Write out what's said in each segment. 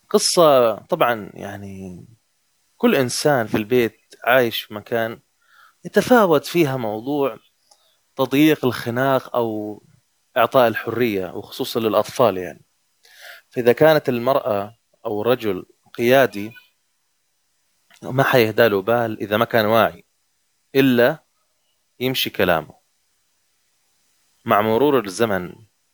قصة طبعا يعني كل إنسان في البيت عايش في مكان يتفاوت فيها موضوع تضييق الخناق أو إعطاء الحرية وخصوصا للأطفال يعني. فإذا كانت المرأة أو الرجل قيادي ما حيهدى له بال إذا ما كان واعي إلا يمشي كلامه. مع مرور الزمن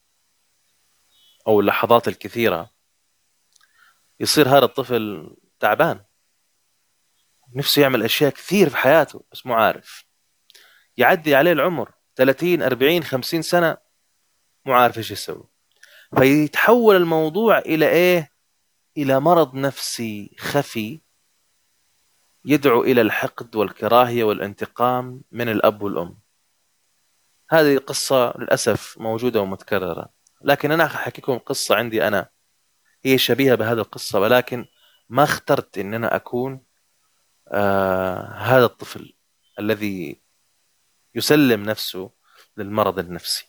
أو اللحظات الكثيرة يصير هذا الطفل تعبان، نفسه يعمل أشياء كثير في حياته بس مو عارف. يعدي عليه العمر 30 40 50 سنة مو عارف إيش يسوي. فيتحول الموضوع إلى إيه؟ إلى مرض نفسي خفي يدعو إلى الحقد والكراهية والانتقام من الأب والأم. هذه قصة للأسف موجودة ومتكررة، لكن أنا أحكيكم قصة عندي أنا هي شبيهة بهذه القصة، ولكن ما اخترت أن أنا أكون هذا الطفل الذي يسلم نفسه للمرض النفسي.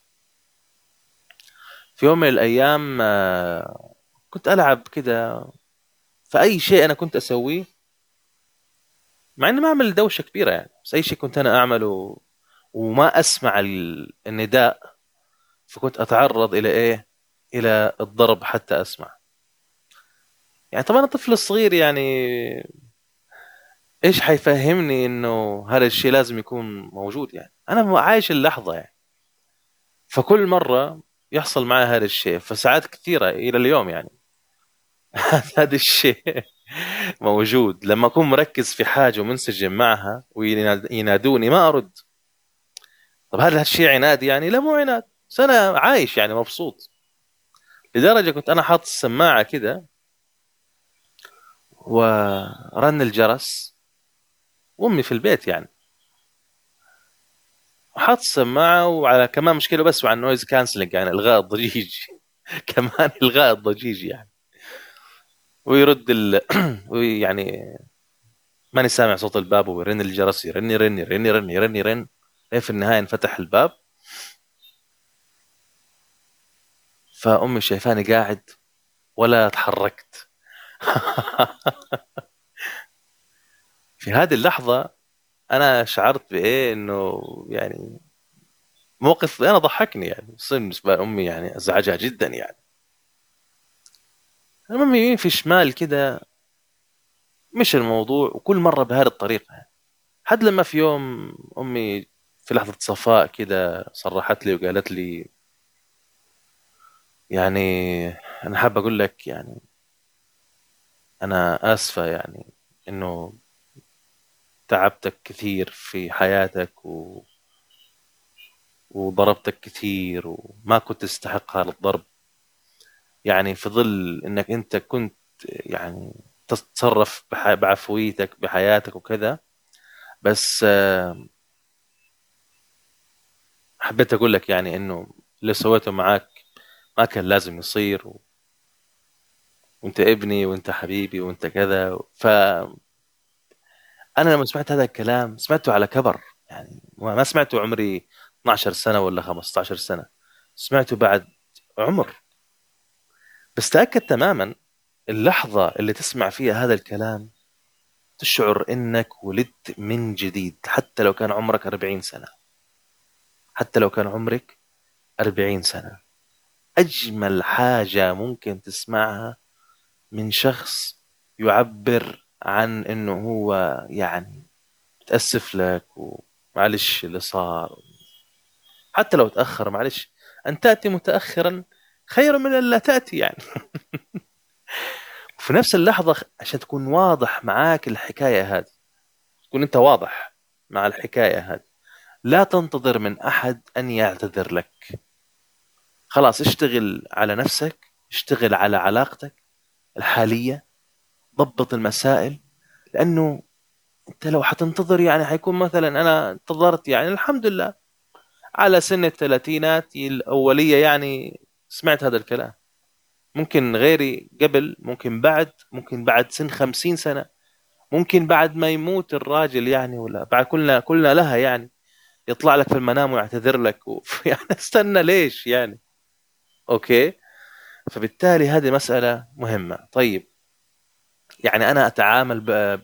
في يوم من الأيام كنت ألعب كده، فأي شيء أنا كنت أسويه مع إني ما أعمل دوشة كبيرة يعني، بس أي شيء كنت أنا أعمله وما أسمع النداء فكنت أتعرض إلى إيه؟ إلى الضرب حتى أسمع. يعني طبعا الطفل الصغير يعني إيش حيفهمني إنه هذا الشيء لازم يكون موجود؟ يعني أنا عايش اللحظة يعني. فكل مرة يحصل معي هذا الشيء، فساعات كثيرة إلى اليوم يعني هذا الشيء موجود لما أكون مركز في حاجة ومنسجم معها وينادوني ما أرد. طب هل هالشيء عناد؟ يعني لا مو عناد، بس أنا عايش يعني مبسوط. لدرجة كنت أنا حاطط السماعة كده ورن الجرس وأمي في البيت يعني، وحاط السماعة وعلى كمان مشكلة بس وعلى النويز كانسلنج يعني إلغاء الضجيج كمان إلغاء الضجيج يعني. ويرد ويعني ماني سامع صوت الباب ويرن الجرس، يرن يرن يرن يرن يرن يرن لين في النهاية انفتح الباب. فأمي شايفاني قاعد ولا تحركت. في هذه اللحظة أنا شعرت بإيه؟ إنه يعني موقف أنا ضحكني يعني، بس بالنسبة لأمي يعني أزعجها جدا يعني. المهم يمين في شمال كده مش الموضوع، وكل مرة بهذه الطريقة يعني. حد لما في يوم أمي في لحظة صفاء كده صرحت لي وقالت لي يعني أنا حابة أقول لك يعني أنا آسفة يعني إنه تعبتك كثير في حياتك وضربتك كثير وما كنت تستحق هذا الضرب، يعني في ظل إنك أنت كنت يعني تتصرف بعفويتك بحياتك وكذا. بس حبيت أقول لك يعني إنه اللي سويته معاك ما كان لازم يصير وأنت ابني وأنت حبيبي وأنت كذا. فأنا لما سمعت هذا الكلام سمعته على كبر، يعني ما سمعته عمري 12 سنة ولا 15 سنة، سمعته بعد عمر. بس تأكد تماما اللحظة اللي تسمع فيها هذا الكلام تشعر إنك ولدت من جديد، حتى لو كان عمرك 40 سنة. حتى لو كان عمرك 40 سنة، أجمل حاجة ممكن تسمعها من شخص يعبر عن إنه هو يعني تأسف لك ومعلش اللي صار، حتى لو تأخر معلش، أن تأتي متأخرا خير من أن لا تأتي يعني. في نفس اللحظة عشان تكون واضح معاك الحكاية هذه، تكون أنت واضح مع الحكاية هذه، لا تنتظر من أحد أن يعتذر لك. خلاص اشتغل على نفسك، اشتغل على علاقتك الحالية، ضبط المسائل. لأنه أنت لو حتنتظر يعني حيكون مثلا أنا انتظرت يعني الحمد لله على سن الثلاثينات الأولية يعني سمعت هذا الكلام. ممكن غيري قبل، ممكن بعد، ممكن بعد سن 50 سنة، ممكن بعد ما يموت الراجل يعني، ولا بعد كلنا لها يعني يطلع لك في المنام ويعتذر لك يعني استنى ليش يعني؟ أوكي. فبالتالي هذه مسألة مهمة. طيب يعني أنا أتعامل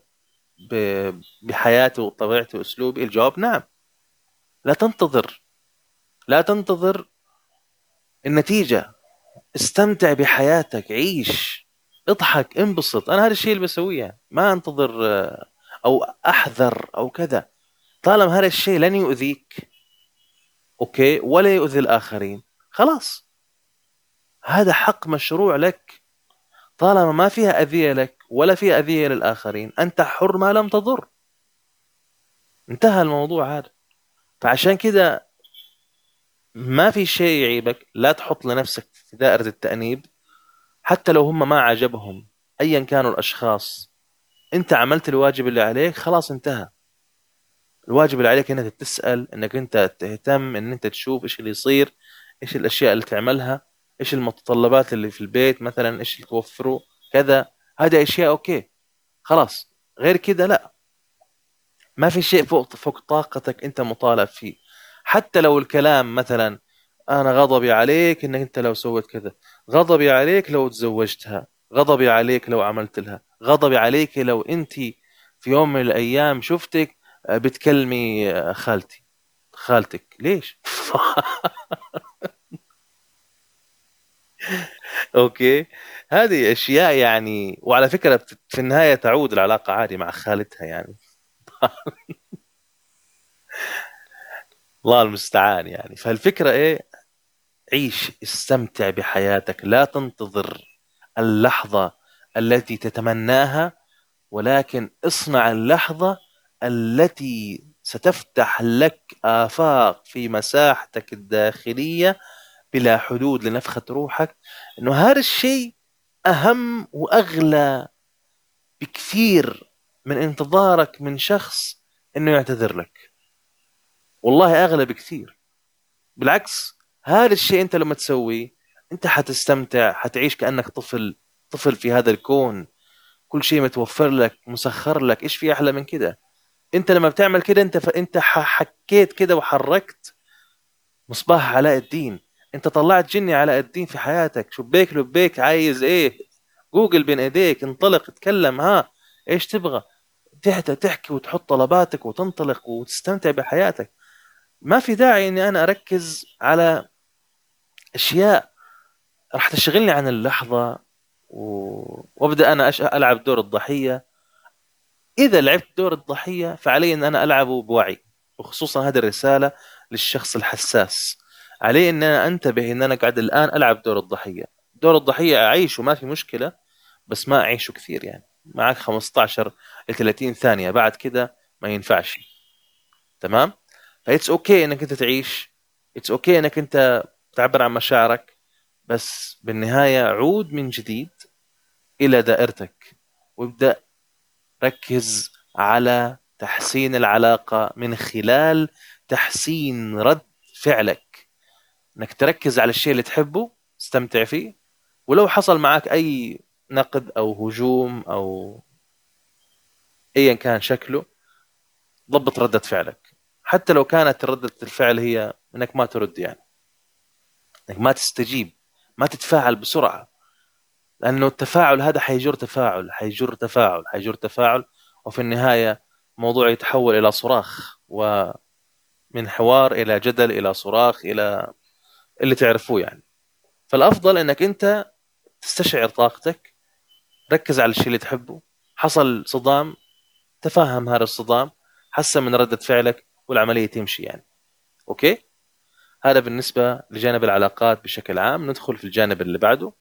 بحياتي وطبيعتي وأسلوبي؟ الجواب نعم. لا تنتظر، لا تنتظر النتيجة. استمتع بحياتك، عيش، اضحك، انبسط. أنا هذا الشيء اللي بسويه، ما أنتظر أو أحذر أو كذا. طالما هذا الشيء لن يؤذيك، أوكي، ولا يؤذي الآخرين، خلاص، هذا حق مشروع لك. طالما ما فيها أذية لك ولا فيها أذية للآخرين، أنت حر ما لم تضر. انتهى الموضوع هذا. فعشان كده ما في شيء يعيبك، لا تحط لنفسك في دائرة التأنيب. حتى لو هم ما عجبهم أيا كانوا الأشخاص، أنت عملت الواجب اللي عليك، خلاص انتهى. الواجب اللي عليك انك تسأل، انك انت تهتم، ان انت تشوف ايش اللي يصير، ايش الاشياء اللي تعملها، ايش المتطلبات اللي في البيت مثلا، ايش اللي توفره، كذا. هذه اشياء اوكي، خلاص. غير كذا لا، ما في شيء فوق طاقتك انت مطالب فيه. حتى لو الكلام مثلا: انا غضبي عليك انك انت لو سويت كذا، غضبي عليك لو تزوجتها، غضبي عليك لو عملت لها، غضبي عليك لو انت في يوم من الايام شفتك بتكلمي خالتك، ليش؟ اوكي. هذه اشياء يعني، وعلى فكرة في النهاية تعود العلاقة عادي مع خالتها يعني. الله المستعان يعني. فالفكرة ايه؟ عيش، استمتع بحياتك، لا تنتظر اللحظة التي تتمناها، ولكن اصنع اللحظة التي ستفتح لك آفاق في مساحتك الداخلية بلا حدود لنفخة روحك. انه هذا الشيء اهم واغلى بكثير من انتظارك من شخص انه يعتذر لك. والله اغلى بكثير. بالعكس، هذا الشيء انت لما تسويه، انت حتستمتع، حتعيش كأنك طفل، طفل في هذا الكون. كل شيء متوفر لك، مسخر لك، ايش في احلى من كده؟ انت لما بتعمل كده، انت حكيت كده وحركت مصباح علاء الدين. انت طلعت جني علاء الدين في حياتك. شبيك لبيك، عايز ايه؟ جوجل بين ايديك، انطلق، اتكلم، ها، ايش تبغى؟ تحكي وتحط طلباتك وتنطلق وتستمتع بحياتك. ما في داعي اني انا اركز على اشياء راح تشغلني عن اللحظة وابدا انا العب دور الضحية. اذا لعبت دور الضحية فعلي ان انا العبه بوعي. وخصوصا هذه الرسالة للشخص الحساس، علي ان انا انتبه ان انا قاعد الان العب دور الضحية. دور الضحية اعيشه ما في مشكلة، بس ما اعيشه كثير. يعني معك 15 ل 30 ثانية، بعد كده ما ينفعش. تمام؟ فايتس اوكي انك انت تعيش، اتس اوكي انك انت تعبر عن مشاعرك، بس بالنهاية عود من جديد إلى دائرتك، وابدأ ركز على تحسين العلاقة من خلال تحسين رد فعلك. انك تركز على الشيء اللي تحبه، تستمتع فيه. ولو حصل معك اي نقد او هجوم او ايا كان شكله، ضبط ردة فعلك. حتى لو كانت ردة الفعل هي انك ما ترد، يعني انك ما تستجيب، ما تتفاعل بسرعة. لأنه التفاعل هذا حيجر تفاعل، حيجر تفاعل، حيجر تفاعل، وفي النهاية الموضوع يتحول إلى صراخ، ومن حوار إلى جدل إلى صراخ إلى اللي تعرفوه يعني. فالأفضل أنك أنت تستشعر طاقتك، ركز على الشيء اللي تحبه. حصل صدام، تفهم هذا الصدام، حسن من ردة فعلك، والعملية تمشي يعني. أوكي؟ هذا بالنسبة لجانب العلاقات بشكل عام. ندخل في الجانب اللي بعده،